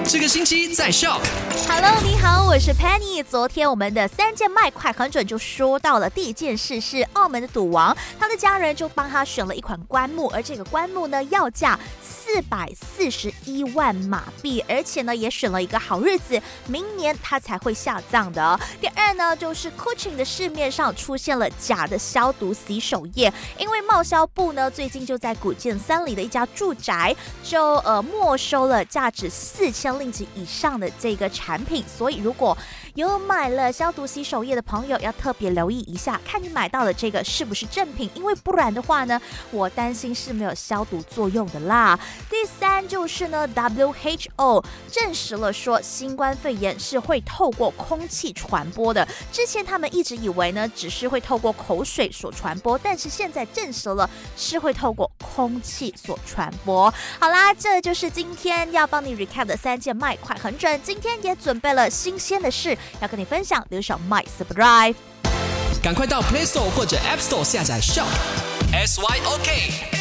这个星期在 Shop。 Hello， 你好，我是 Penny。昨天我们的3件卖快很准就说到了，第一件事是澳门的赌王，他的家人就帮他选了一款棺木，而这个棺木呢要价441万马币，而且呢也选了一个好日子，明年他才会下葬的。第二呢，就是 Kuching 的市面上出现了假的消毒洗手液，因为贸销部呢最近就在古建3里的一家住宅就没收了价值4000令吉以上的这个产品，所以如果有买了消毒洗手液的朋友，要特别留意一下，看你买到的这个是不是正品，因为不然的话呢，我担心是没有消毒作用的啦。第三就是呢 ，WHO 证实了说新冠肺炎是会透过空气传播的。之前他们一直以为呢，只是会透过口水所传播，但是现在证实了是会透过空气所传播。好啦，这就是今天要帮你 recap 的3件卖快很准。今天也准备了新鲜的事要跟你分享，留守 My Super Drive。 赶快到 Play Store 或者 App Store 下载 Shop SYOK。